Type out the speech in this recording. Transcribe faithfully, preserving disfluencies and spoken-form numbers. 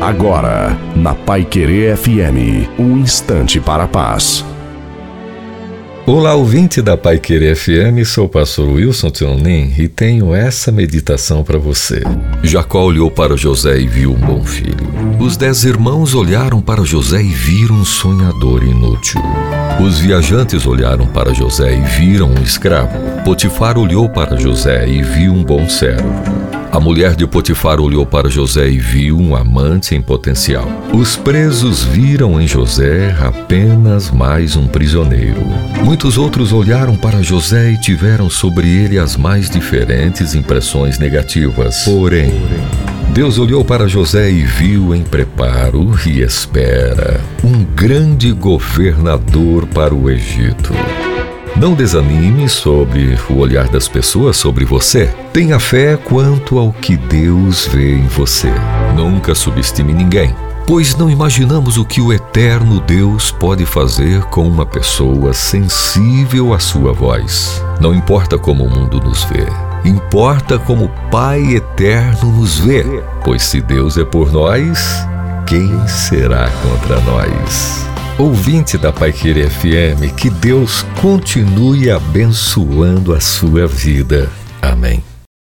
Agora, na Paiquerê F M, um instante para a paz. Olá, ouvinte da Paiquerê F M, sou o pastor Wilson Tionin e tenho essa meditação para você. Jacó olhou para José e viu um bom filho. Os dez irmãos olharam para José e viram um sonhador inútil. Os viajantes olharam para José e viram um escravo. Potifar olhou para José e viu um bom servo. A mulher de Potifar olhou para José e viu um amante em potencial. Os presos viram em José apenas mais um prisioneiro. Muitos outros olharam para José e tiveram sobre ele as mais diferentes impressões negativas. Porém, Deus olhou para José e viu em preparo e espera um grande governador para o Egito. Não desanime sobre o olhar das pessoas sobre você. Tenha fé quanto ao que Deus vê em você. Nunca subestime ninguém, pois não imaginamos o que o eterno Deus pode fazer com uma pessoa sensível à sua voz. Não importa como o mundo nos vê, importa como o Pai eterno nos vê, pois se Deus é por nós, quem será contra nós? Ouvinte da Paiquerê F M, que Deus continue abençoando a sua vida. Amém.